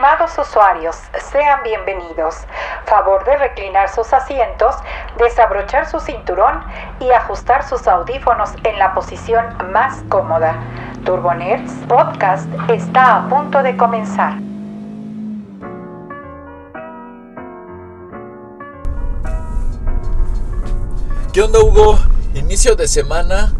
Estimados usuarios, sean bienvenidos. Favor de reclinar sus asientos, desabrochar su cinturón y ajustar sus audífonos en la posición más cómoda. Turbo Nerds Podcast está a punto de comenzar. ¿Qué onda, Hugo? Inicio de semana,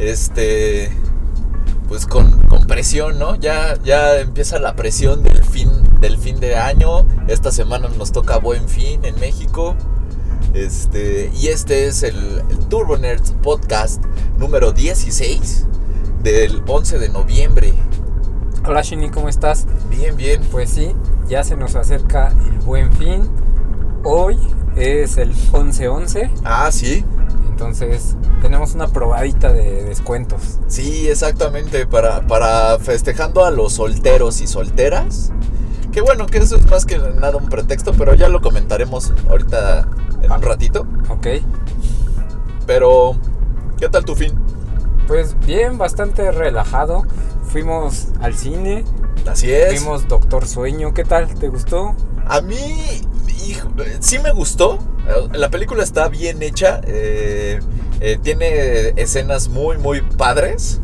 pues con presión, ¿no? Ya empieza la presión del fin de año. Esta semana nos toca Buen Fin en México. Y este es el Turbo Nerds Podcast número 16 del 11 de noviembre. Hola Shini, ¿cómo estás? Bien. Pues sí, ya se nos acerca el Buen Fin. Hoy es el 11/11. Ah, sí. Entonces tenemos una probadita de descuentos. Sí, exactamente, para festejando a los solteros y solteras. Que bueno, que eso es más que nada un pretexto, pero ya lo comentaremos ahorita en un ratito. Ok. Pero, ¿qué tal tu fin? Pues bien, bastante relajado. Fuimos al cine. Así es. Vimos Doctor Sueño. ¿Qué tal? ¿Te gustó? A mí, sí me gustó. La película está bien hecha. Tiene escenas muy, muy padres.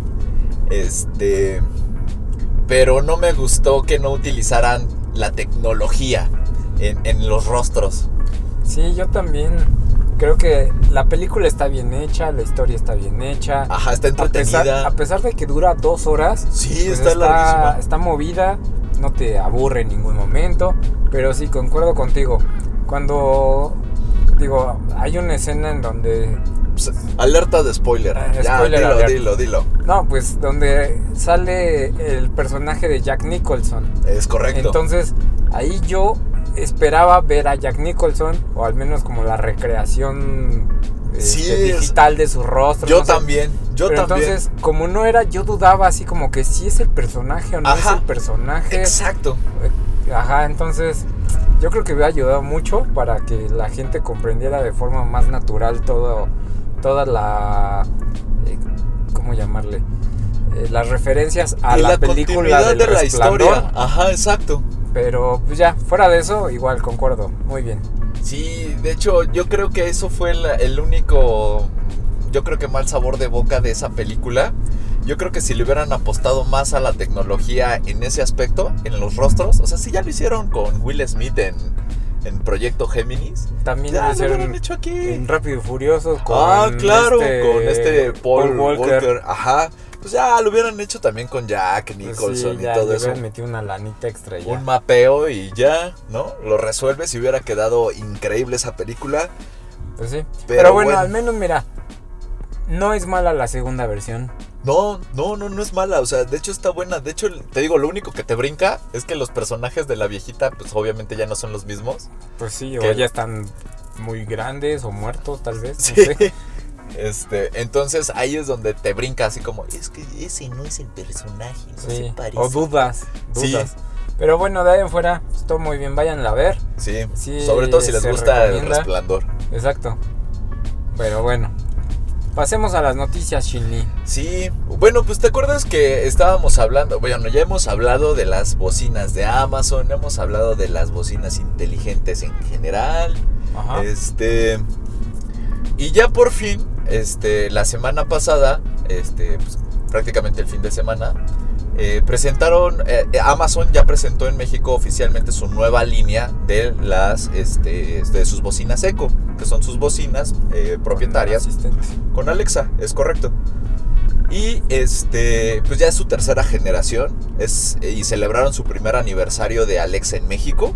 Pero no me gustó que no utilizaran la tecnología en los rostros. Sí, yo también. Creo que la película está bien hecha, la historia está bien hecha. Ajá, está entretenida. A pesar de que dura 2 horas. Sí, pues está larguísima. Está movida, no te aburre en ningún momento. Pero sí, concuerdo contigo. Cuando, hay una escena en donde... Alerta de spoiler. Dilo. No, pues donde sale el personaje de Jack Nicholson. Es correcto. Entonces, ahí yo esperaba ver a Jack Nicholson, o al menos como la recreación digital de su rostro. Yo también. Entonces, como no era, yo dudaba así como que si es el personaje o no es el personaje. Exacto. Ajá, entonces yo creo que me ha ayudado mucho para que la gente comprendiera de forma más natural toda la... ¿cómo llamarle? Las referencias a la película del de la Resplandor. historia. Ajá, exacto. Pero pues ya, fuera de eso, igual concuerdo, muy bien. Sí, de hecho yo creo que eso fue el único, yo creo que mal sabor de boca de esa película. Yo creo que si le hubieran apostado más a la tecnología en ese aspecto, en los rostros, o sea, si ya lo hicieron con Will Smith en Proyecto Géminis, también ya lo hicieron hecho aquí en Rápido y Furioso con con Paul Walker. Ajá. Pues ya lo hubieran hecho también con Jack Nicholson, pues sí, y todo eso. Le hubieran metido una lanita extra ya. Un mapeo y ya, ¿no? Lo resuelves y hubiera quedado increíble esa película. Pues sí. Pero bueno, al menos mira, no es mala la segunda versión. No es mala, o sea, de hecho está buena. De hecho, te digo, lo único que te brinca es que los personajes de la viejita, pues obviamente ya no son los mismos. Pues sí, o ya están muy grandes o muertos tal vez, sí. No sé. Entonces ahí es donde te brinca así como, es que ese no es el personaje, no se parece. O dudas. Sí. Pero bueno, de ahí en fuera, estuvo muy bien, váyanla a ver. Sí, sobre todo si les gusta el Resplandor. Exacto. Pero bueno, pasemos a las noticias, Shinli. Sí, bueno, pues te acuerdas que estábamos hablando, bueno, ya hemos hablado de las bocinas de Amazon, hemos hablado de las bocinas inteligentes en general. Ajá. Y ya por fin, la semana pasada, pues, prácticamente el fin de semana, presentaron, Amazon ya presentó en México oficialmente su nueva línea de de sus bocinas Echo, que son sus bocinas propietarias con Alexa, es correcto. Y pues ya es su tercera generación, y celebraron su primer aniversario de Alexa en México.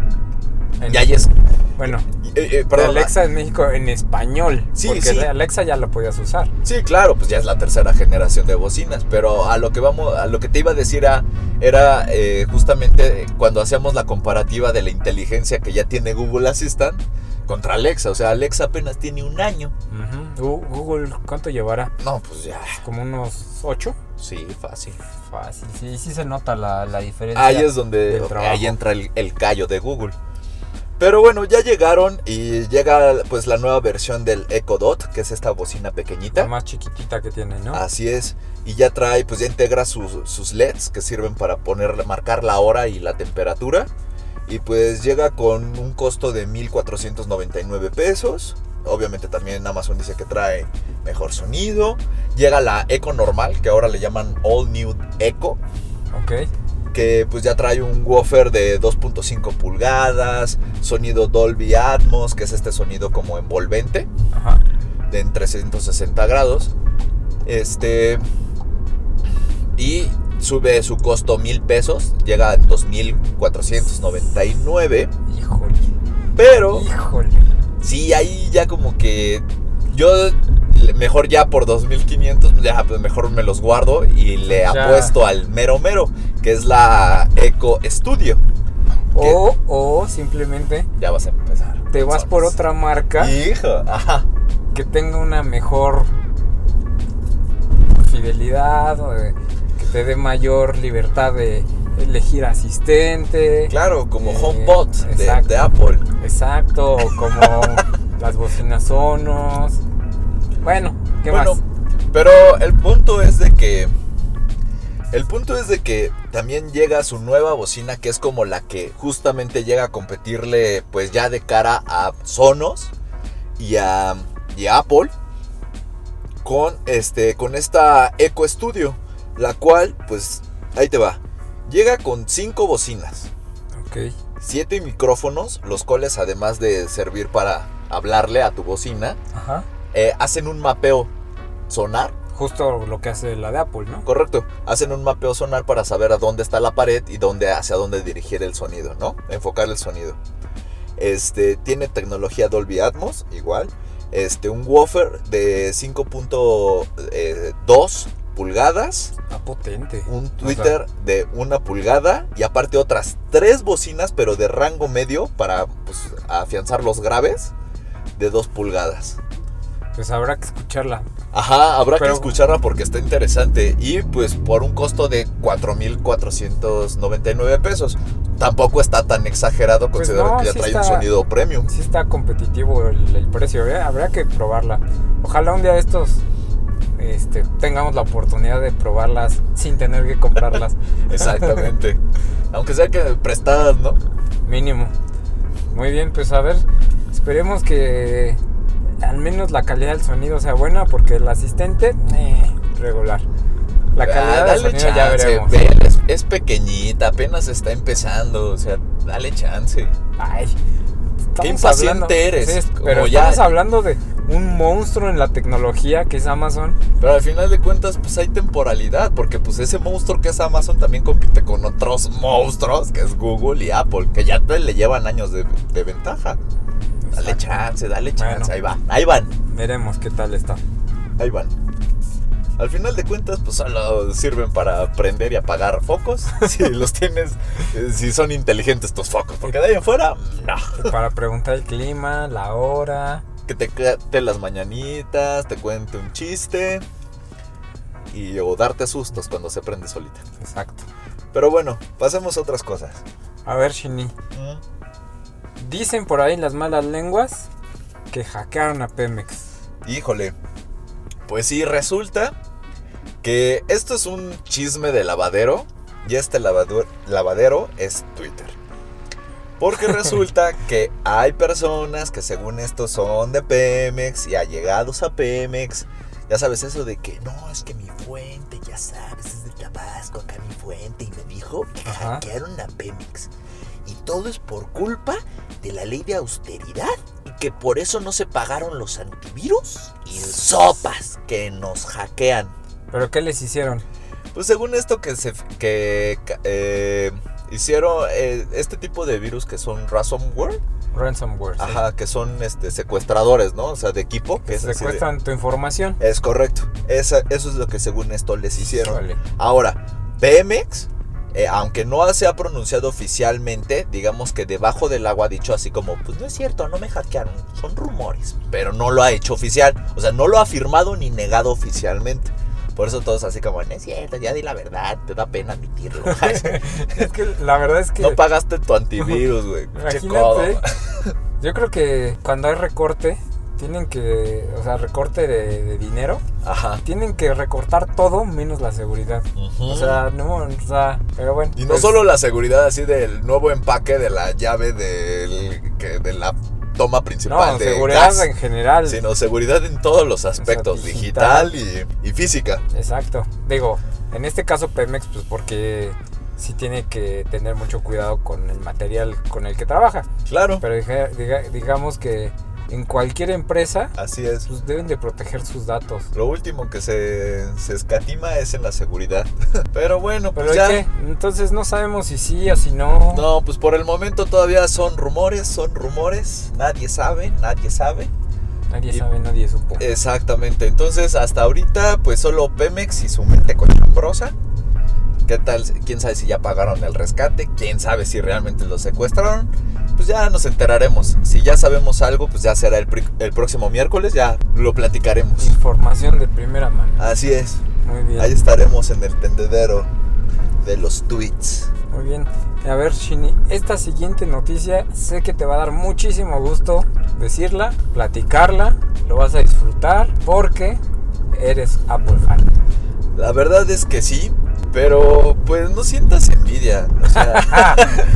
Bueno, perdón, Alexa en México en español. Sí, porque sí. Alexa ya lo podías usar. Sí, claro, pues ya es la tercera generación de bocinas. Pero a lo que te iba a decir era justamente cuando hacíamos la comparativa de la inteligencia que ya tiene Google Assistant contra Alexa. O sea, Alexa apenas tiene 1 año. Uh-huh. Google, ¿cuánto llevará? No, pues ya. ¿Como unos 8? Sí, fácil. Sí se nota la diferencia. Ahí es donde ahí entra el callo de Google. Pero bueno, ya llegaron y llega pues la nueva versión del Echo Dot, que es esta bocina pequeñita. La más chiquitita que tiene, ¿no? Así es. Y ya trae, pues ya integra sus LEDs que sirven para marcar la hora y la temperatura. Y pues llega con un costo de 1,499 pesos. Obviamente también Amazon dice que trae mejor sonido. Llega la Echo normal, que ahora le llaman All New Echo. Ok. Que pues ya trae un woofer de 2.5 pulgadas, sonido Dolby Atmos, que es este sonido como envolvente, Ajá. de en 360 grados. Y sube su costo 1,000 pesos, llega a 2,499. Híjole. Pero Híjole. sí, ahí ya como que yo mejor ya por 2,500, ya pues mejor me los guardo y le Ya. apuesto al mero, que es la Echo Studio. O simplemente Ya vas a empezar. te vas por otra marca Hijo, ajá. que tenga una mejor fidelidad, o que te dé mayor libertad de elegir asistente. Claro, como HomePod exacto. de Apple. Exacto, como las bocinas Sonos. Bueno, ¿qué más? Pero el punto es de que también llega su nueva bocina, que es como la que justamente llega a competirle pues ya de cara a Sonos y a Apple con esta Echo Studio, la cual pues ahí te va. Llega con 5 bocinas. Ok. 7 micrófonos, los cuales además de servir para hablarle a tu bocina, Ajá. hacen un mapeo sonar. Justo lo que hace la de Apple, ¿no? Correcto, hacen un mapeo sonar para saber a dónde está la pared y hacia dónde dirigir el sonido, ¿no? Enfocar el sonido. Tiene tecnología Dolby Atmos, igual. Un woofer de 5.2 pulgadas. Está potente. Un tweeter de 1 pulgada y aparte otras 3 bocinas, pero de rango medio para pues, afianzar los graves, de 2 pulgadas. Pues habrá que escucharla. Ajá, habrá que Pero- escucharla porque está interesante. Y pues por un costo de 4,499 pesos. Tampoco está tan exagerado, Pues considerando no, que ya sí trae está- un sonido premium. Sí está competitivo el precio, ¿eh? Habrá que probarla. Ojalá un día de estos tengamos la oportunidad de probarlas sin tener que comprarlas. Exactamente. Aunque sea que prestadas, ¿no? Mínimo. Muy bien, pues a ver, esperemos que al menos la calidad del sonido sea buena, porque el asistente, regular. La calidad del Dale sonido ya chance, veremos. ve, es pequeñita, apenas está empezando. O sea, dale chance. Ay, Qué estamos impaciente eres, sí, como pero ya- estamos hablando de un monstruo en la tecnología que es Amazon. Pero al final de cuentas, pues hay temporalidad. Porque pues ese monstruo que es Amazon también compite con otros monstruos, que es Google y Apple, que ya le llevan años de ventaja. Dale chance, dale chance. Bueno. Ahí van. Veremos qué tal está. Ahí van. Al final de cuentas, pues solo sirven para prender y apagar focos. Si los tienes, si son inteligentes tus focos. Porque de ahí en fuera, no. Para preguntar el clima, la hora. Que te cante las mañanitas, te cuente un chiste. O darte sustos cuando se prende solita. Exacto. Pero bueno, pasemos a otras cosas. A ver, Shini. Dicen por ahí las malas lenguas que hackearon a Pemex. Híjole. Pues sí, resulta que esto es un chisme de lavadero. Y este lavadero es Twitter. Porque resulta que hay personas que según esto son de Pemex y allegados a Pemex. Ya sabes eso de que no, es que mi fuente, ya sabes, es de Tabasco, acá mi fuente. Y me dijo que Ajá. hackearon a Pemex. Y todo es por culpa de la ley de austeridad. Y que por eso no se pagaron los antivirus. Y sopas que nos hackean. ¿Pero qué les hicieron? Pues según esto hicieron este tipo de virus que son ransomware. Ransomware. Sí. Ajá, que son secuestradores, ¿no? O sea, de equipo. Que es así Secuestran tu información. es correcto. Eso es lo que según esto les hicieron. Híjole. Ahora, Pemex, aunque no se ha pronunciado oficialmente, digamos que debajo del agua ha dicho así como, pues no es cierto, no me hackearon, son rumores. Pero no lo ha hecho oficial. O sea, no lo ha afirmado ni negado oficialmente. Por eso todos así como, no es cierto, ya di la verdad, te da pena admitirlo. Es que la verdad es que... No pagaste tu antivirus, güey. Imagínate, yo creo que cuando hay recorte, tienen que, o sea, recorte de dinero, Ajá. tienen que recortar todo menos la seguridad. O sea, no, o sea, pero bueno. Y no solo la seguridad así del nuevo empaque de la llave de la toma principal de seguridad gas, en general. sino seguridad en todos los aspectos, O sea, digital y física. Exacto. Digo, en este caso Pemex, pues porque sí tiene que tener mucho cuidado con el material con el que trabaja. Claro. Pero digamos que en cualquier empresa, Así es. pues deben de proteger sus datos. Lo último que se escatima es en la seguridad. Pero bueno, ¿Pero pues ya. qué? Entonces no sabemos si sí o si no. No, pues por el momento todavía son rumores. Nadie sabe. Nadie sabe, nadie supo. Exactamente. Entonces, hasta ahorita, pues solo Pemex y su mente cochambrosa. ¿Qué tal? ¿Quién sabe si ya pagaron el rescate? ¿Quién sabe si realmente lo secuestraron? Pues ya nos enteraremos. Si ya sabemos algo, pues ya será el próximo miércoles, ya lo platicaremos. Información de primera mano. Así es. Muy bien. Ahí estaremos en el tendedero de los tweets. Muy bien. A ver, Shini, esta siguiente noticia sé que te va a dar muchísimo gusto decirla, platicarla, lo vas a disfrutar porque eres Apple fan. La verdad es que sí, pero pues no sientas envidia. O sea,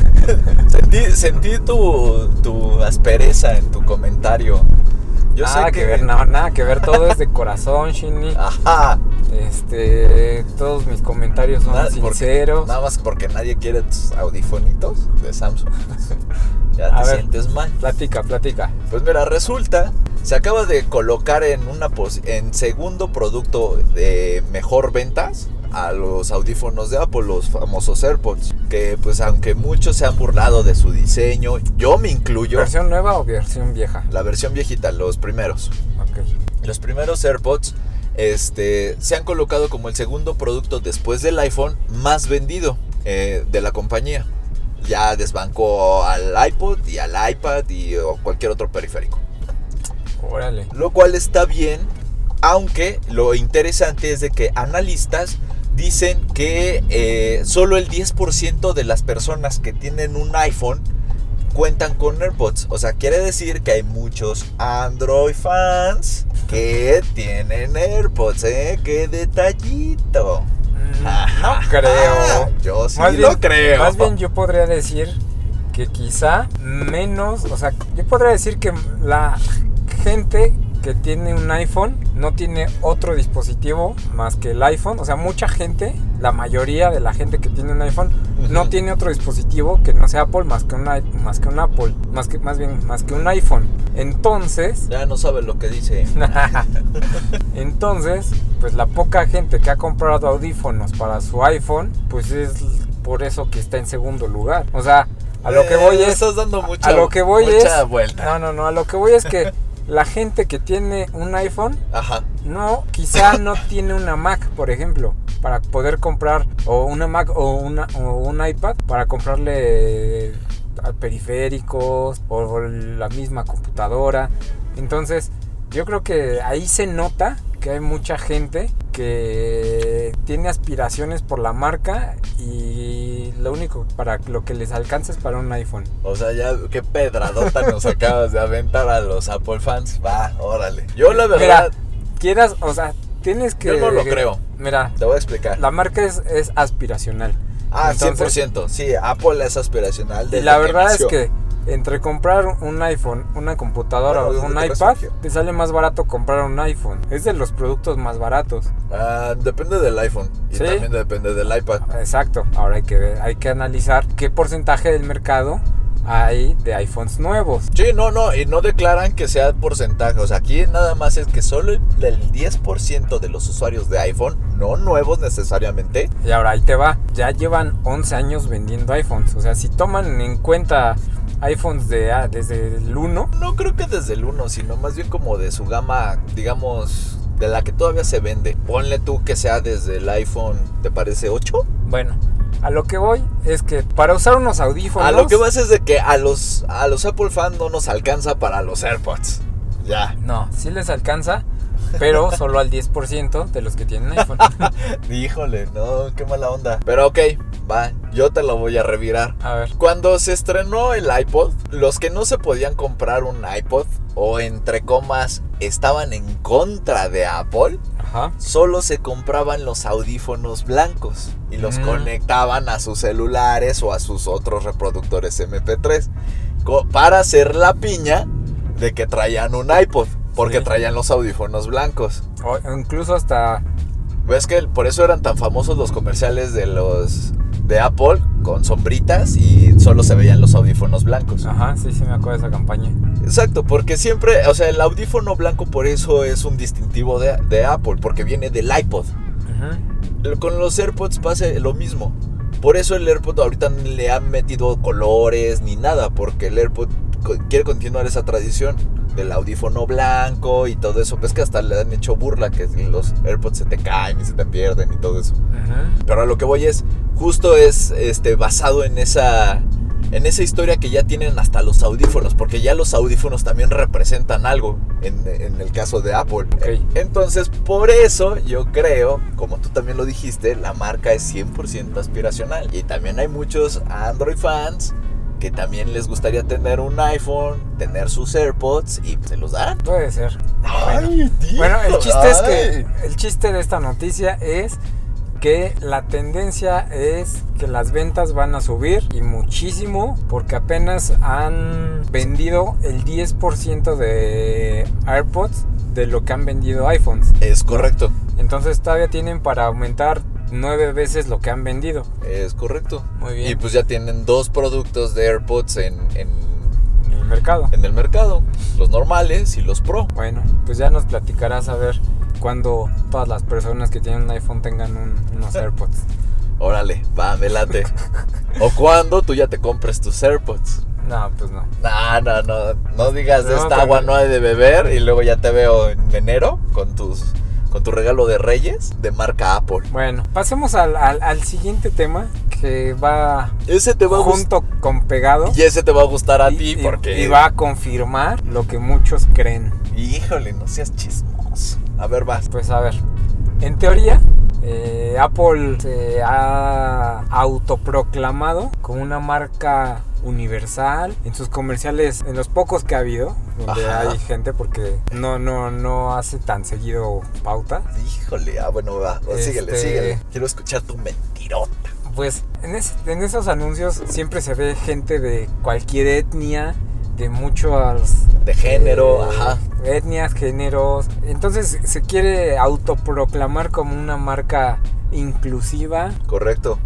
sentí tu aspereza en tu comentario. Yo sé que ver, no, nada que ver, todo es de corazón, Shini. Ajá. Todos mis comentarios son sinceros. Nada más porque nadie quiere tus audifonitos de Samsung. Ya A te ver, sientes mal. Platica. Pues mira, resulta, se acaba de colocar en segundo producto de mejor ventas a los audífonos de Apple, los famosos AirPods, que pues aunque muchos se han burlado de su diseño, yo me incluyo. ¿Versión nueva o versión vieja? La versión viejita, los primeros. Ok. Los primeros AirPods se han colocado como el segundo producto después del iPhone más vendido de la compañía. Ya desbancó al iPod y al iPad o cualquier otro periférico. Órale. Lo cual está bien, aunque lo interesante es de que analistas dicen que solo el 10% de las personas que tienen un iPhone cuentan con AirPods. O sea, quiere decir que hay muchos Android fans que tienen AirPods, ¡Qué detallito! No creo. Yo sí lo creo. Más bien yo podría decir que quizá menos, o sea, yo podría decir que la gente que tiene un iPhone no tiene otro dispositivo más que el iPhone. O sea, mucha gente, la mayoría de la gente que tiene un iPhone no tiene otro dispositivo que no sea Apple más que un iPhone. Entonces, ya no sabe lo que dice. Entonces, pues la poca gente que ha comprado audífonos para su iPhone, pues es por eso que está en segundo lugar. O sea, a lo que voy es... Estás dando mucha vuelta. No, a lo que voy es que la gente que tiene un iPhone, ajá, quizá no tiene una Mac, por ejemplo, para poder comprar, o una Mac o un iPad para comprarle periféricos o la misma computadora. Entonces, yo creo que ahí se nota que hay mucha gente que tiene aspiraciones por la marca y lo único para lo que les alcanza es para un iPhone. O sea, ya qué pedradota nos acabas de aventar a los Apple fans. Va, órale. Yo la verdad... Mira, tienes que... Yo no lo creo. Mira, te voy a explicar. La marca es aspiracional. Entonces, 100%. Sí, Apple es aspiracional. Y la verdad es que entre comprar un iPhone, una computadora o un iPad, te sale más barato comprar un iPhone. Es de los productos más baratos. Depende del iPhone y también depende del iPad. Exacto. Ahora hay que analizar qué porcentaje del mercado hay de iPhones nuevos. Sí, y no declaran que sea porcentaje. O sea, aquí nada más es que solo el 10% de los usuarios de iPhone, no nuevos necesariamente. Y ahora ahí te va. Ya llevan 11 años vendiendo iPhones. O sea, si toman en cuenta iPhones desde el 1. No creo que desde el 1, sino más bien como de su gama, digamos, de la que todavía se vende. Ponle tú que sea desde el iPhone, ¿te parece 8? Bueno, a lo que voy es que para usar unos audífonos... A lo que vas es de que a los Apple fans no nos alcanza para los AirPods. Ya. No, sí les alcanza pero solo al 10% de los que tienen iPhone. Híjole, no, qué mala onda. Pero ok, va, yo te lo voy a revirar. A ver. Cuando se estrenó el iPod, los que no se podían comprar un iPod, o entre comas, estaban en contra de Apple, Ajá. solo se compraban los audífonos blancos y los conectaban a sus celulares o a sus otros reproductores MP3 para hacer la piña de que traían un iPod, porque traían los audífonos blancos. O incluso hasta... ¿Ves que por eso eran tan famosos los comerciales de Apple con sombritas y solo se veían los audífonos blancos? Ajá, sí me acuerdo de esa campaña. Exacto, porque siempre, o sea, el audífono blanco por eso es un distintivo de Apple, porque viene del iPod. Con los AirPods pasa lo mismo. Por eso el AirPod ahorita no le han metido colores ni nada, porque el AirPod quiere continuar esa tradición del audífono blanco y todo eso. Ves que hasta le han hecho burla que los AirPods se te caen y se te pierden y todo eso. Pero a lo que voy es, justo es basado en esa historia que ya tienen hasta los audífonos, porque ya los audífonos también representan algo en el caso de Apple. Okay. Entonces, por eso yo creo, como tú también lo dijiste, la marca es 100% aspiracional. Y también hay muchos Android fans que también les gustaría tener un iPhone, tener sus AirPods y se los dan. Puede ser. Ay, tío, bueno, el chiste es que el chiste de esta noticia es que la tendencia es que las ventas van a subir y muchísimo, porque apenas han vendido el 10% de AirPods de lo que han vendido iPhones. Es correcto. Entonces todavía tienen para aumentar 9 veces lo que han vendido. Es correcto. Muy bien. Y pues ya tienen 2 productos de AirPods en el mercado. En el mercado, los normales y los Pro. Bueno, pues ya nos platicarás a ver cuando todas las personas que tienen un iPhone tengan unos AirPods. Órale, va, me late. O cuando tú ya te compres tus AirPods. No, pues no. No digas de esta agua no hay de beber y luego ya te veo en enero con tu regalo de Reyes de marca Apple. Bueno, pasemos al siguiente tema que va, ese te va junto con pegado. Y ese te va a gustar a ti porque... Y va a confirmar lo que muchos creen. Híjole, no seas chismoso. A ver, vas. Pues a ver, en teoría, Apple se ha autoproclamado como una marca universal en sus comerciales, en los pocos que ha habido, donde hay gente, porque no hace tan seguido pauta. Híjole, bueno, va, síguele. Quiero escuchar tu mentirota. Pues en esos anuncios siempre se ve gente de cualquier etnia, de muchos... De género, etnias, géneros. Entonces se quiere autoproclamar como una marca inclusiva. Correcto.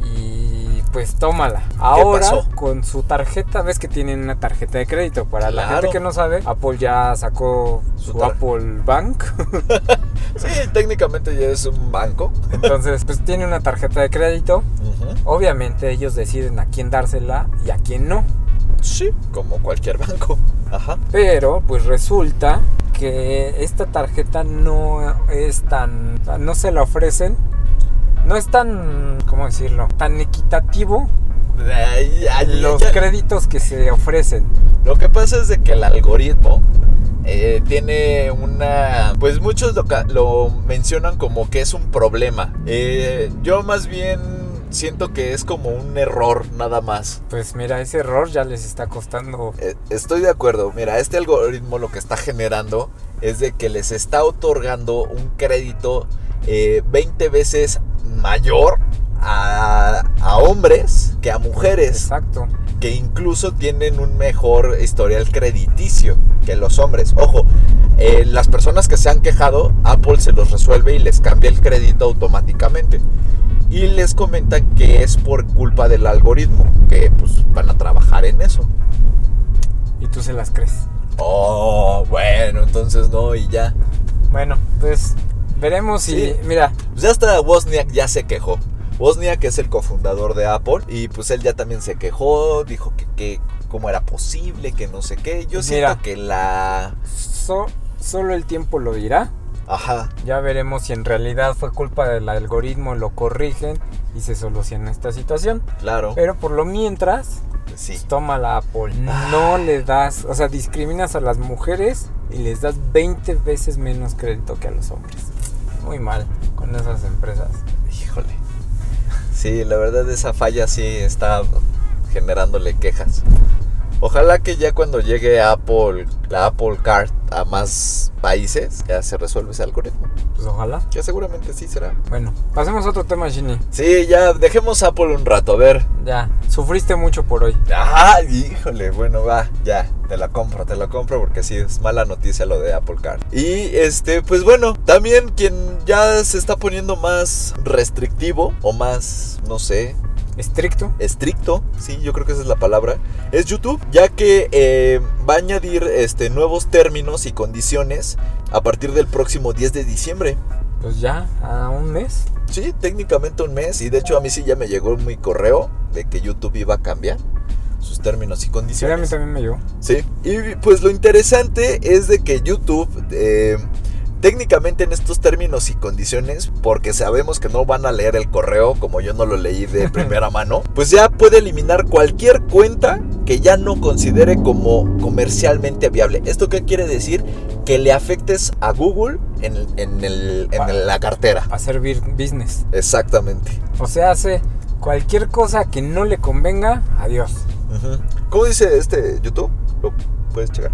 Y pues tómala. Ahora con su tarjeta, ves que tienen una tarjeta de crédito. Para la gente que no sabe, Apple ya sacó su Apple Bank. Sí, técnicamente ya es un banco. Entonces pues tiene una tarjeta de crédito. Obviamente ellos deciden a quién dársela y a quién no. Sí, como cualquier banco. Pero pues resulta que esta tarjeta no es tan... no se la ofrecen. No es tan... ¿cómo decirlo? Tan equitativo los créditos que se ofrecen. Lo que pasa es de que el algoritmo tiene una... Pues muchos lo mencionan como que es un problema. Yo más bien siento que es como un error nada más. Pues mira, ese error ya les está costando. Estoy de acuerdo. Mira, este algoritmo lo que está generando es de que les está otorgando un crédito 20 veces mayor a hombres que a mujeres. Exacto. Que incluso tienen un mejor historial crediticio que los hombres. Ojo, las personas que se han quejado, Apple se los resuelve y les cambia el crédito automáticamente. Y les comentan que es por culpa del algoritmo, que pues van a trabajar en eso. ¿Y tú se las crees? Oh, bueno, entonces no, y ya. Bueno, pues veremos si... Mira, pues ya hasta Wozniak ya se quejó. Wozniak es el cofundador de Apple y pues él ya también se quejó, dijo que cómo era posible, que no sé qué. Yo siento que solo el tiempo lo dirá. Ajá. Ya veremos si en realidad fue culpa del algoritmo, lo corrigen y se soluciona esta situación. Claro. Pero por lo mientras, Sí. pues toma la Apple. No le das, o sea, discriminas a las mujeres y les das 20 veces menos crédito que a los hombres. Muy mal con esas empresas. Híjole. Sí, la verdad esa falla sí está generándole quejas. Ojalá que ya cuando llegue Apple, la Apple Card a más países, ya se resuelve ese algoritmo. Pues ojalá. Que seguramente sí será. Bueno, pasemos a otro tema, Shinny. Sí, ya dejemos Apple un rato, a ver. Ya, sufriste mucho por hoy. Ah, híjole, bueno, va, ya, te la compro porque sí, es mala noticia lo de Apple Card. Y pues bueno, también quien ya se está poniendo más restrictivo o más, no sé, Estricto. sí, yo creo que esa es la palabra, es YouTube, ya que va a añadir nuevos términos y condiciones a partir del próximo 10 de diciembre. Pues ya, a un mes. Sí, técnicamente un mes, y de hecho a mí sí ya me llegó mi correo de que YouTube iba a cambiar sus términos y Sí, a condiciones. mí también me llegó. Sí, y pues lo interesante es de que YouTube, técnicamente en estos términos y condiciones, porque sabemos que no van a leer el correo como yo no lo leí de primera mano, pues ya puede eliminar cualquier cuenta que ya no considere como comercialmente viable. ¿Esto qué quiere decir? Que le afectes a Google en la cartera. Hacer business. Exactamente. O sea, hace cualquier cosa que no le convenga, adiós. Uh-huh. ¿Cómo dice YouTube? ¿Lo puedes checar?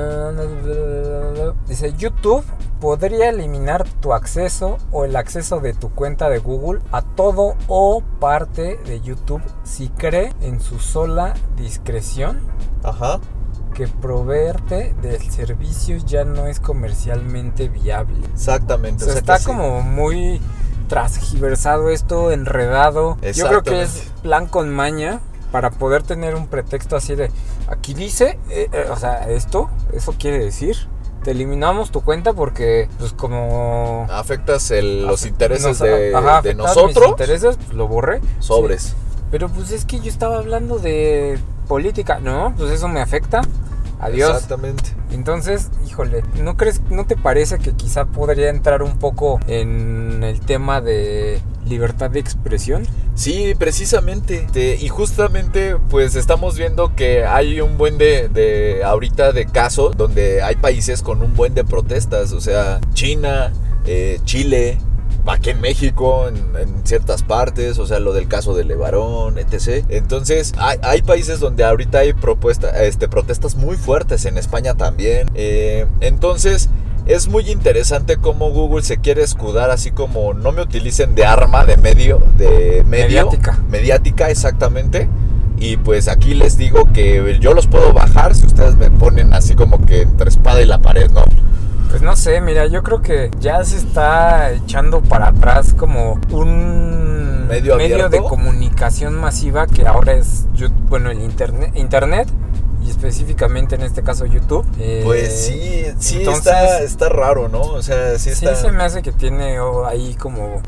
Dice, YouTube podría eliminar tu acceso o el acceso de tu cuenta de Google a todo o parte de YouTube si cree en su sola discreción Ajá. que proveerte del servicio ya no es comercialmente viable. Exactamente. O sea, que está sí. como muy transgiversado esto, enredado. Yo creo que es plan con maña para poder tener un pretexto así de, aquí dice, o sea, eso quiere decir, te eliminamos tu cuenta porque, pues como... afectas los intereses de afectas nosotros. mis intereses, pues lo borré. Sobres. Sí. Pero pues es que yo estaba hablando de política. No, pues eso me afecta. Adiós. Exactamente. Entonces, híjole, ¿no te parece que quizá podría entrar un poco en el tema de libertad de expresión? Sí, precisamente. Y justamente, pues estamos viendo que hay un buen de ahorita de casos donde hay países con un buen de protestas. O sea, China, Chile, aquí en México, en ciertas partes, o sea, lo del caso de Levarón, etc. Entonces, hay países donde ahorita hay protestas muy fuertes, en España también. Entonces, es muy interesante cómo Google se quiere escudar, así como no me utilicen de arma, de medio. Mediática, exactamente. Y pues aquí les digo que yo los puedo bajar si ustedes me ponen así como que entre espada y la pared, ¿no? Pues no sé, mira, yo creo que ya se está echando para atrás como un medio de comunicación masiva que ahora es, el internet y específicamente en este caso YouTube. Pues sí, entonces, está raro, ¿no? O sea, sí está... Sí se me hace que tiene ahí como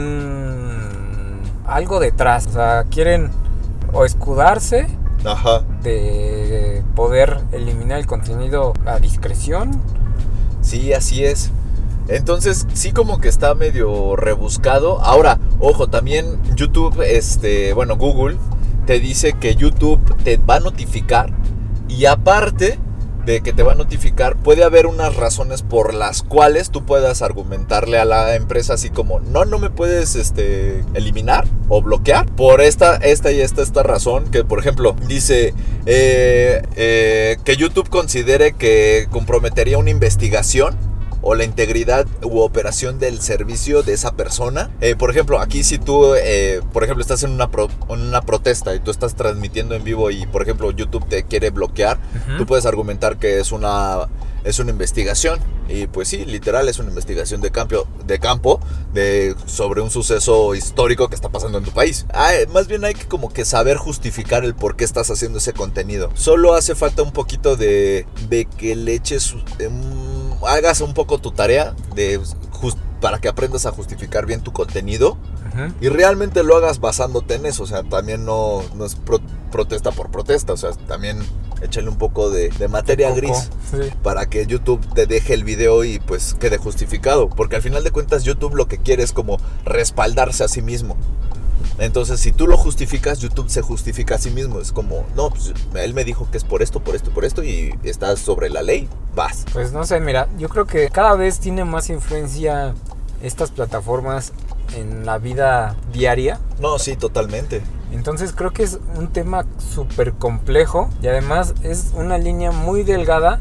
algo detrás, o sea, quieren o escudarse. Ajá. De poder eliminar el contenido a discreción. Sí, así es. Entonces, sí como que está medio rebuscado. Ahora, ojo, también YouTube, Google te dice que YouTube te va a notificar. Y aparte de que te va a notificar, puede haber unas razones por las cuales tú puedas argumentarle a la empresa así como, no me puedes eliminar o bloquear por esta razón, que por ejemplo dice que YouTube considere que comprometería una investigación o la integridad u operación del servicio de esa persona. Por ejemplo, aquí si tú, estás en una protesta y tú estás transmitiendo en vivo y, por ejemplo, YouTube te quiere bloquear, uh-huh. Tú puedes argumentar que es una investigación. Y pues sí, literal es una investigación de campo sobre un suceso histórico que está pasando en tu país. Más bien hay que como que saber justificar el por qué estás haciendo ese contenido. Solo hace falta un poquito de que le eches... hagas un poco tu tarea para que aprendas a justificar bien tu contenido. Uh-huh. Y realmente lo hagas basándote en eso. O sea, también no es protesta por protesta. O sea, también échale un poco de materia Coco, gris sí. para que YouTube te deje el video y pues quede justificado, porque al final de cuentas YouTube lo que quiere es como respaldarse a sí mismo. Entonces si tú lo justificas, YouTube se justifica a sí mismo. Es como, no, pues él me dijo que es por esto, por esto, por esto, y estás sobre la ley, vas. Pues no sé, mira, yo creo que cada vez tiene más influencia estas plataformas en la vida diaria. No, sí, totalmente. Entonces creo que es un tema súper complejo y además es una línea muy delgada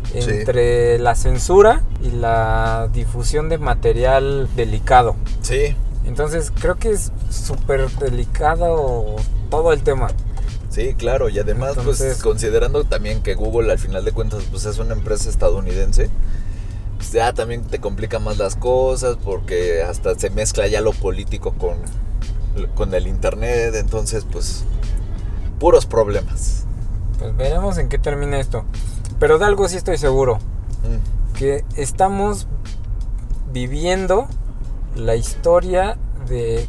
entre la censura y la difusión de material delicado. Sí. Entonces creo que es súper delicado todo el tema. Sí, claro, y además pues considerando también que Google al final de cuentas pues es una empresa estadounidense, pues ya también te complica más las cosas porque hasta se mezcla ya lo político con el internet, entonces pues puros problemas. Pues veremos en qué termina esto. Pero de algo sí estoy seguro, que estamos viviendo la historia de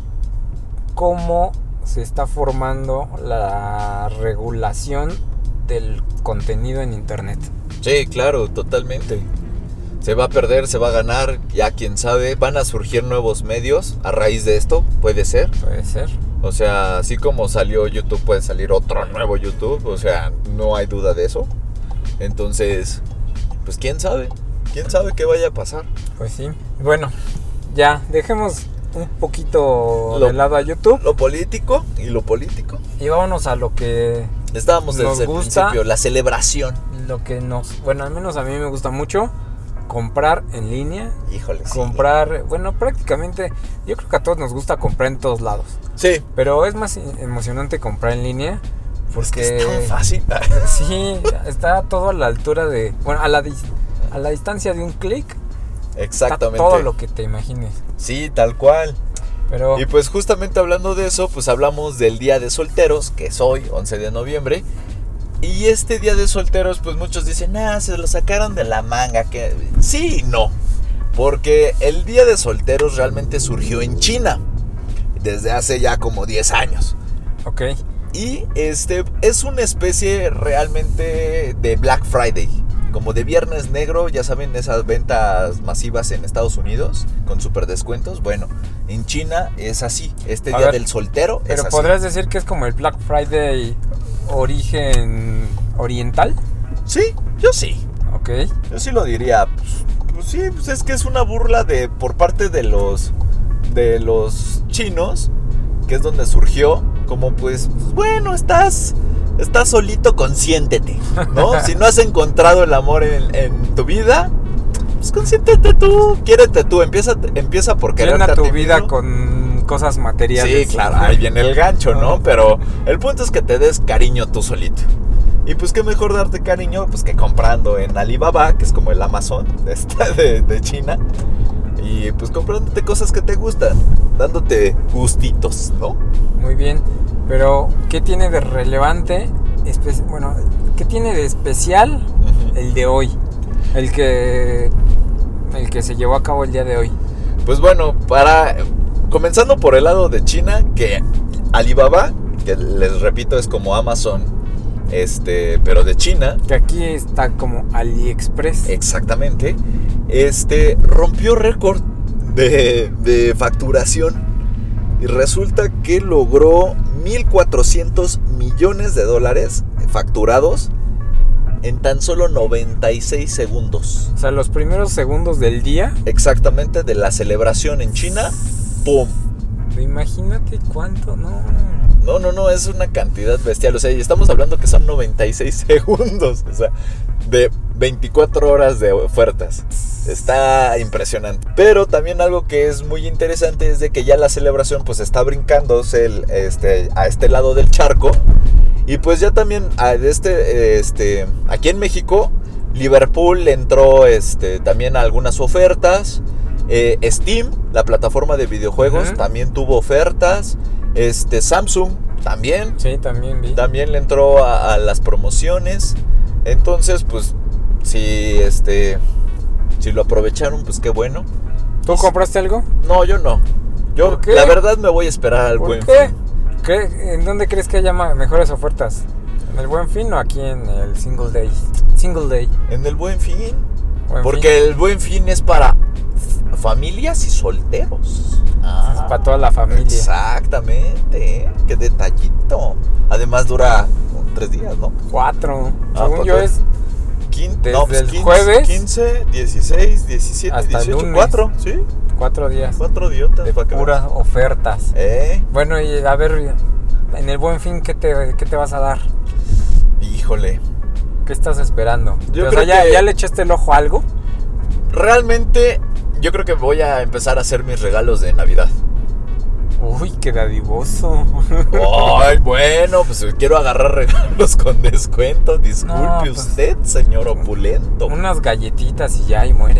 cómo se está formando la regulación del contenido en internet. Sí, claro, totalmente. Se va a perder, se va a ganar, ya quién sabe. Van a surgir nuevos medios a raíz de esto, puede ser. Puede ser. O sea, así como salió YouTube, puede salir otro nuevo YouTube. O sea, no hay duda de eso. Entonces, pues quién sabe qué vaya a pasar. Pues sí. Bueno, ya, dejemos un poquito de lado a YouTube. Lo político y lo político. Y vámonos a lo que estábamos desde el principio, la celebración. Lo que bueno, al menos a mí me gusta mucho comprar en línea. Híjole, comprar, bueno, prácticamente yo creo que a todos nos gusta comprar en todos lados. Sí. Pero es más emocionante comprar en línea porque es tan fácil. Sí, está todo a la altura de, bueno, a la distancia de un clic. Exactamente. Está todo lo que te imagines. Sí, tal cual. Pero y pues justamente hablando de eso, pues hablamos del Día de Solteros, que es hoy, 11 de noviembre. Y este Día de Solteros, pues muchos dicen, se lo sacaron de la manga. Que sí y no. Porque el Día de Solteros realmente surgió en China. Desde hace ya como 10 años. Ok. Y es una especie realmente de Black Friday. Como de Viernes Negro, ya saben, esas ventas masivas en Estados Unidos con super descuentos. Bueno, en China es así. Este Día del Soltero es así. Pero ¿podrías decir que es como el Black Friday origen oriental? Sí, yo sí. Ok. Yo sí lo diría. Pues sí, pues es que es una burla por parte de los chinos, que es donde surgió. Como pues bueno, estás solito, consiéntete, ¿no? Si no has encontrado el amor en tu vida, pues consiéntete tú, quiérete tú, empieza por quererte a ti tu vida mismo. Con cosas materiales. Sí, claro, ahí viene el gancho, ¿no? Pero el punto es que te des cariño tú solito. Y pues qué mejor darte cariño pues que comprando en Alibaba, que es como el Amazon de China. Y pues comprándote cosas que te gustan, dándote gustitos, ¿no? Muy bien, pero ¿qué tiene de relevante? Bueno, ¿qué tiene de especial el de hoy? El que se llevó a cabo el día de hoy. Pues bueno, comenzando por el lado de China, que Alibaba, que les repito es como Amazon, pero de China. Que aquí está como AliExpress. Exactamente. Rompió récord de facturación. Y resulta que logró 1.400 millones de dólares facturados en tan solo 96 segundos. O sea, los primeros segundos del día. Exactamente, de la celebración en China. ¡Pum! Imagínate cuánto, no, es una cantidad bestial. O sea, y estamos hablando que son 96 segundos. O sea, de 24 horas de ofertas. Está impresionante. Pero también algo que es muy interesante es de que ya la celebración pues está brincándose a este lado del charco. Y pues ya también aquí en México, Liverpool entró también a algunas ofertas. Steam, la plataforma de videojuegos, también tuvo ofertas. Samsung también. Sí, también vi. También le entró a las promociones. Entonces, pues, si lo aprovecharon, pues qué bueno. ¿Tú compraste algo? No, yo no. Yo, la verdad, me voy a esperar al Buen Fin. ¿En dónde crees que haya mejores ofertas? ¿En el Buen Fin o aquí en el Single Day? Single Day. En el Buen Fin. Buen Porque Fin. el Buen Fin es para familias y solteros. Es para toda la familia. Exactamente, qué detallito. Además dura 3 días, ¿no? 4. Ah, Según yo pues, es desde el jueves 15, 16, 17, hasta el 18, lunes. 4, ¿sí? 4 días 4 diotas. de para que puras ofertas. veas. Bueno, y a ver, en el Buen Fin, ¿qué te vas a dar? Híjole. ¿Qué estás esperando? Yo O sea, creo que- ¿ya le echaste el ojo a algo? Realmente, yo creo que voy a empezar a hacer mis regalos de Navidad. Uy, qué dadivoso. Ay, bueno, pues quiero agarrar regalos con descuento. Disculpe No, pues, usted, señor opulento. Unas galletitas y ya, y muere.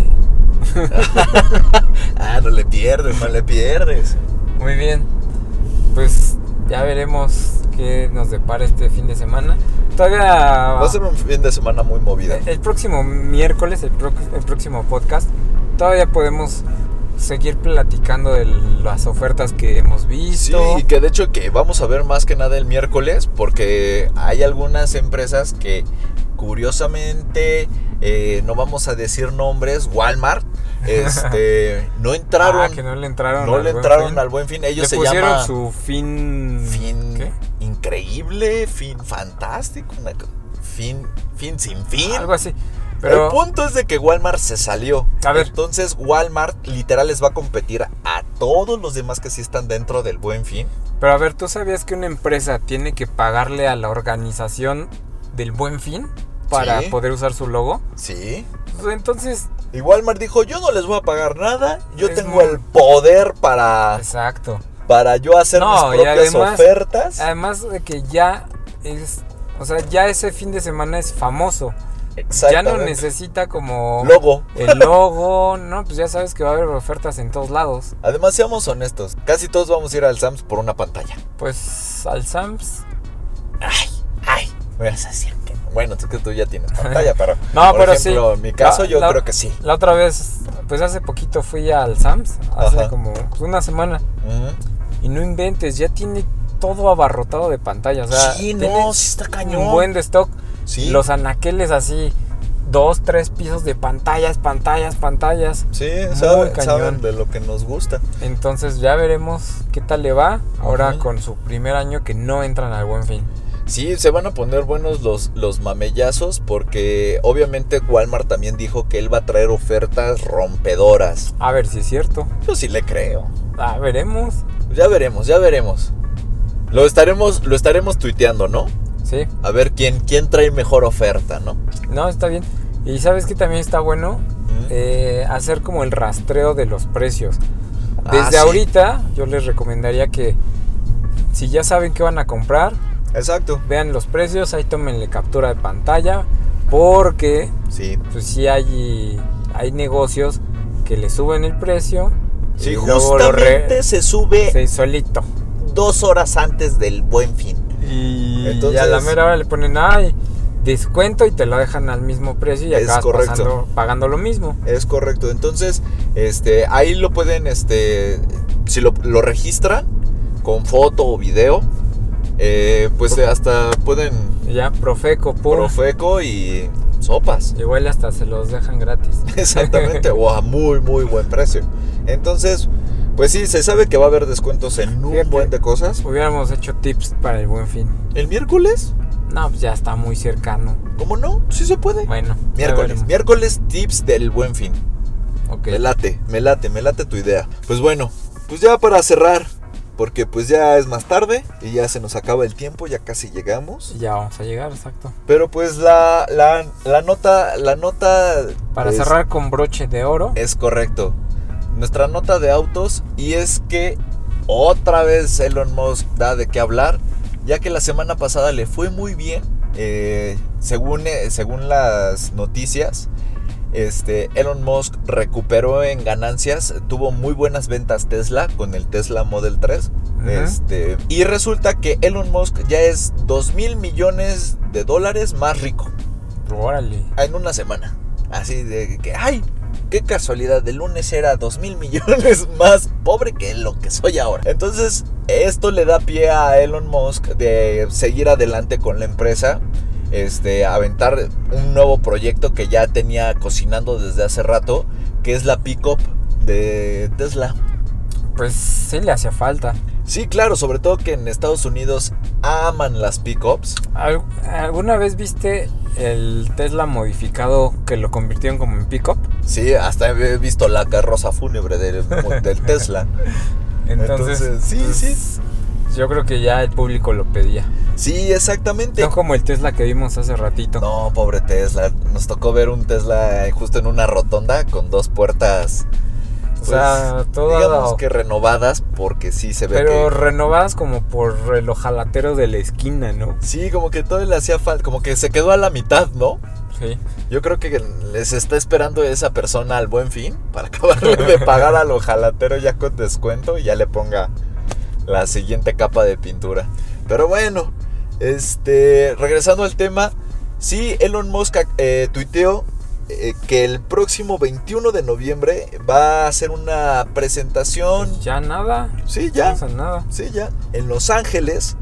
Ah, no le pierdes. Muy bien. Pues ya veremos qué nos depara este fin de semana. Todavía Va a ser un fin de semana muy movida. el próximo miércoles, el próximo podcast, todavía podemos seguir platicando de las ofertas que hemos Sí, visto. y que de hecho que vamos a ver más que nada el miércoles, porque hay algunas empresas que curiosamente, no vamos a decir nombres, Walmart, no entraron. Que no le entraron. No al le Buen entraron Fin. al Buen Fin. Ellos Le se pusieron llama su fin. fin ¿Qué? increíble, fin fantástico, fin sin fin. Algo así. Pero El punto es de que Walmart se salió. A ver. Entonces Walmart literal les va a competir a todos los demás que sí están dentro del Buen Fin. Pero a ver, ¿tú sabías que una empresa tiene que pagarle a la organización del Buen Fin para Sí. poder usar su logo? Sí. Pues entonces, Y Walmart dijo, yo no les voy a pagar nada. Yo Es tengo muy- el poder para exacto. yo hacer No, mis y propias ofertas. Además de que ya es, o sea, ya ese fin de semana es famoso. Ya no Exactamente. necesita como Logo. el logo, no, pues ya sabes que va a haber ofertas en todos lados. Además, seamos honestos. Casi todos vamos a ir al Sam's por una pantalla. Pues al Sam's. Ay, me vas a decir que no. Bueno, tú que tú ya tienes pantalla, pero No, por pero ejemplo, sí. en mi caso yo La- creo que sí. La otra vez, pues hace poquito fui al Sam's, hace Ajá. como una semana. Ujú. Y no inventes, ya tiene todo abarrotado de pantallas. O sea, Sí, no, tiene sí está cañón. un buen de stock. Sí. Los anaqueles así, 2, 3 pisos de pantallas. Sí, Muy saben cañón. de lo que nos gusta. Entonces ya veremos qué tal le va ahora Ujú. con su primer año que no entran al Buen Fin. Sí, se van a poner buenos los mamellazos porque obviamente Walmart también dijo que él va a traer ofertas rompedoras. A ver si es cierto. Yo sí le creo. Veremos. Ya veremos. Lo estaremos tuiteando, ¿no? Sí, A ver quién trae mejor oferta, ¿no? no, está bien. Y sabes que también está bueno Ujú. hacer como el rastreo de los precios. Ah, Desde sí. ahorita yo les recomendaría que si ya saben qué van a comprar, Exacto. vean los precios, ahí tómenle captura de pantalla, porque Sí. pues sí hay negocios que le suben el precio. Sí, y luego justamente se sube sí, solito. 2 horas antes del Buen Fin. Y Entonces- a la mera hora le ponen descuento y te lo dejan al mismo precio y Es acabas correcto. pagando lo mismo. Es correcto. Entonces, ahí lo pueden, si lo registran con foto o video, pues hasta pueden Y ya, Profeco, pum. Profeco y sopas. Igual hasta se los dejan gratis. Exactamente, o a muy, muy buen precio. Entonces, pues sí, se sabe que va a haber descuentos en un Fíjate. buen de cosas. Hubiéramos hecho tips para el Buen Fin. ¿El miércoles? No, pues ya está muy cercano. ¿Cómo no? Sí se puede. Bueno, ya Miércoles, veremos. miércoles tips del Buen Fin. Ok. Me late tu idea. Pues bueno, pues ya para cerrar, porque pues ya es más tarde y ya se nos acaba el tiempo, ya casi llegamos. Ya vamos a llegar, exacto. Pero pues la nota Para es- cerrar con broche de oro. es correcto. Nuestra nota de autos, y es que otra vez Elon Musk da de qué hablar, ya que la semana pasada le fue muy bien, según las noticias. Elon Musk recuperó en ganancias, tuvo muy buenas ventas Tesla con el Tesla Model 3. Ujú. Y resulta que Elon Musk ya es $2,000 millones más rico Órale. en una semana. Así de que, ¡ay! qué casualidad, el lunes era 2,000 millones más pobre que lo que soy ahora. Entonces, esto le da pie a Elon Musk de seguir adelante con la empresa, aventar un nuevo proyecto que ya tenía cocinando desde hace rato, que es la pick-up de Tesla. Pues sí le hacía falta. Sí, claro, sobre todo que en Estados Unidos aman las pickups. ¿Alguna vez viste el Tesla modificado que lo convirtieron como en pickup? Sí, hasta he visto la carroza fúnebre del Tesla. Entonces sí, pues, sí. Yo creo que ya el público lo pedía. Sí, exactamente. No como el Tesla que vimos hace ratito. No, pobre Tesla. Nos tocó ver un Tesla justo en una rotonda con 2 puertas. O sea, todo, digamos que renovadas, porque sí se ve pero que... renovadas como por el ojalatero de la esquina, ¿no? Sí, como que todo le hacía falta, como que se quedó a la mitad, ¿no? Sí. Yo creo que les está esperando esa persona al Buen Fin para acabarle de pagar al ojalatero ya con descuento y ya le ponga la siguiente capa de pintura. Pero bueno, regresando al tema, sí, Elon Musk tuiteó que el próximo 21 de noviembre va a hacer una presentación. Ya nada. Sí, ya. No pasa nada. Sí, ya. En Los Ángeles,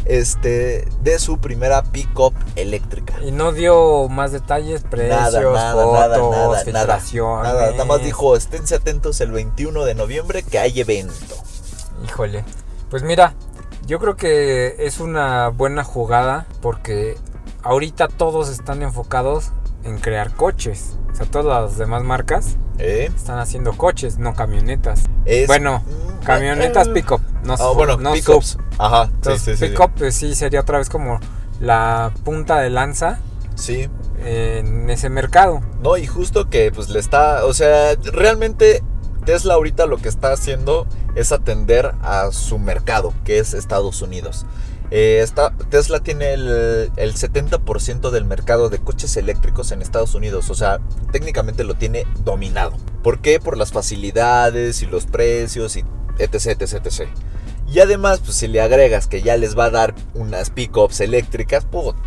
de su primera pick-up eléctrica. Y no dio más detalles, precios, fotos, filtraciones. Nada más dijo, esténse atentos el 21 de noviembre que hay evento. Híjole. Pues mira, yo creo que es una buena jugada porque ahorita todos están enfocados en crear coches. O sea, todas las demás marcas están haciendo coches, no camionetas. Camionetas pick-up, no pick-ups. Sub. Ajá, entonces, sí. Pick-up pues, sí sería otra vez como la punta de lanza. Sí. En ese mercado. No, y justo que pues realmente Tesla ahorita lo que está haciendo es atender a su mercado, que es Estados Unidos. Tesla tiene el 70% del mercado de coches eléctricos en Estados Unidos. O sea, técnicamente lo tiene dominado. ¿Por qué? Por las facilidades y los precios y etc. Y además, pues si le agregas que ya les va a dar unas pickups eléctricas, pues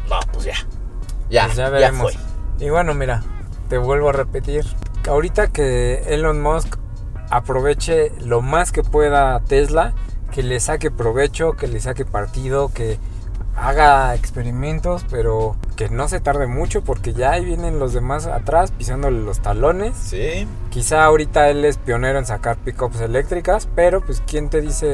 ya veremos. Fue. Y bueno, mira, te vuelvo a repetir. Ahorita que Elon Musk aproveche lo más que pueda Tesla, que le saque provecho, que le saque partido, que haga experimentos, pero que no se tarde mucho porque ya ahí vienen los demás atrás pisándole los talones. Sí. Quizá ahorita él es pionero en sacar pickups eléctricas, pero pues quién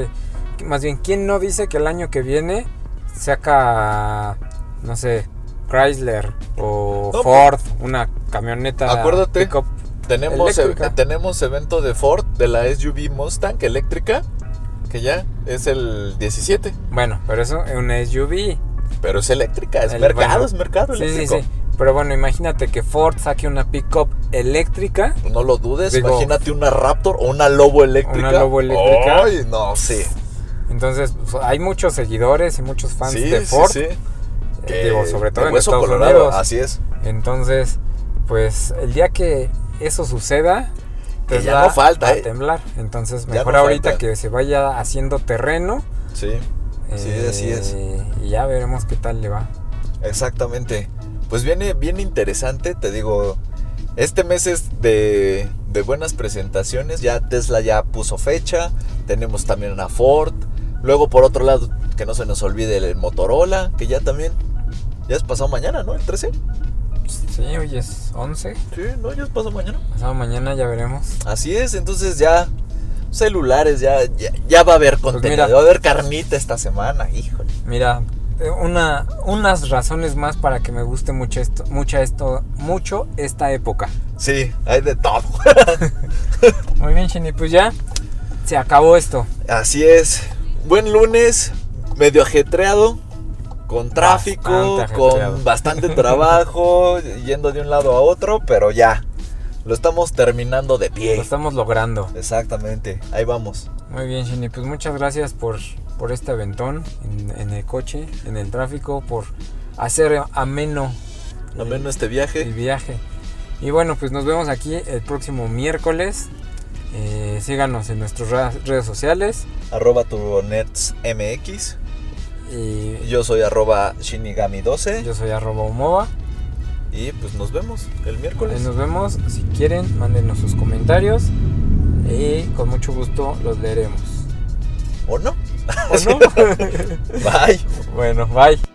no dice que el año que viene saca, no sé, Chrysler o Ford, una camioneta. Acuérdate, pickup tenemos evento de Ford de la SUV Mustang eléctrica, que ya es el 17. Bueno, pero eso es una SUV. Pero es eléctrica, es mercado eléctrico. Sí. Pero bueno, imagínate que Ford saque una pick-up eléctrica. No lo dudes, imagínate una Raptor o una Lobo eléctrica. Ay, no, sí. Entonces, pues, hay muchos seguidores y muchos fans de Ford. Sí. Sobre todo en Hueso Estados Colorado, Unidos. así es. Entonces, pues el día que eso suceda, que ya no falta, a temblar. Entonces, mejor ahorita que se vaya haciendo terreno. Sí, así es. Y ya veremos qué tal le va. Exactamente. Pues viene bien interesante, te digo. Este mes es de buenas presentaciones. Ya Tesla ya puso fecha. Tenemos también una Ford. Luego, por otro lado, que no se nos olvide el Motorola, que ya también. Ya es pasado mañana, ¿no? El 13. Sí, hoy es 11. Sí, no, ya es pasado mañana. Pasado mañana ya veremos. Así es, entonces ya celulares, ya va a haber contenido, pues mira, va a haber carnita esta semana, híjole. Mira, unas razones más para que me guste mucho esta época. Sí, hay de todo. Muy bien, Chini, pues ya se acabó esto. Así es. Buen lunes, medio ajetreado. Con tráfico, con bastante trabajo, yendo de un lado a otro, pero ya, lo estamos terminando de pie. Lo estamos logrando. Exactamente, ahí vamos. Muy bien, Shini, pues muchas gracias por este aventón en el coche, en el tráfico, por hacer ameno este viaje. El viaje. Y bueno, pues nos vemos aquí el próximo miércoles. Síganos en nuestras redes sociales. @turbonetsmx. Y yo soy @shinigami12. Yo soy @Umowa. Y pues nos vemos el miércoles. Nos vemos. Si quieren, mándenos sus comentarios y con mucho gusto los leeremos. ¿O no? ¿O no? Bye. Bueno, bye.